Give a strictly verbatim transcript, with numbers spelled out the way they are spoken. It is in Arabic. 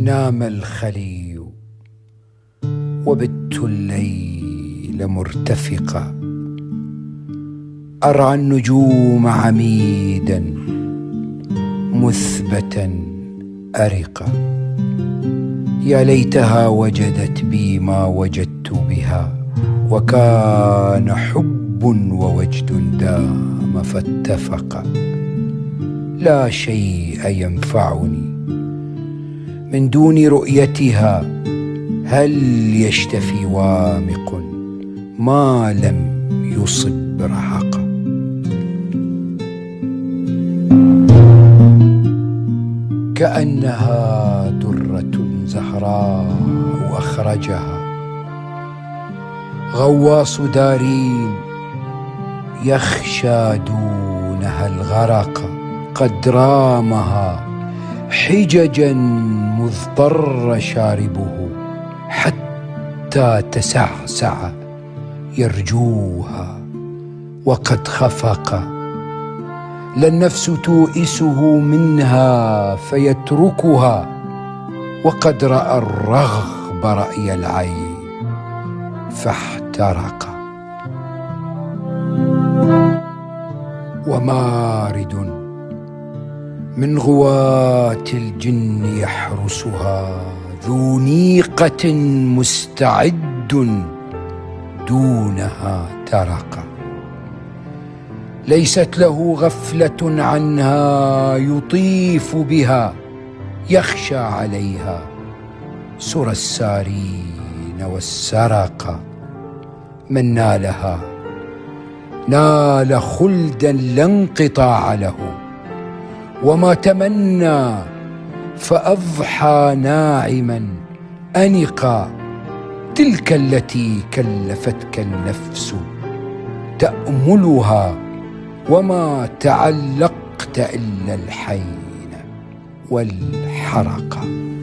نام الخلي وبت الليل مرتفقا، أرعى النجوم عميدا مثبتا أرقا. يا ليتها وجدت بي ما وجدت بها، وكان حب ووجد دام فاتفقا. لا شيء ينفعني من دون رؤيتها، هل يشتفي وامق ما لم يصب رهقا. كأنها درة زهراء أخرجها غواص دارين يخشى دونها الغرق. قد رامها حججا مضطر شاربه، حتى تسعسع يرجوها وقد خفق. لا النفس توئسه منها فيتركها، وقد رأى الرغب رأي العين فاحترق. ومارد من غواة الجن يحرسها، ذو نيقة مستعد دونها ترق. ليست له غفلة عنها يطيف بها، يخشى عليها سرى السارين والسرق. من نالها نال خلدا لا انقطاع له، وما تمنى فأضحى ناعما أنقا. تلك التي كلفتك النفس تأملها، وما تعلقت إلا الحين والحرق.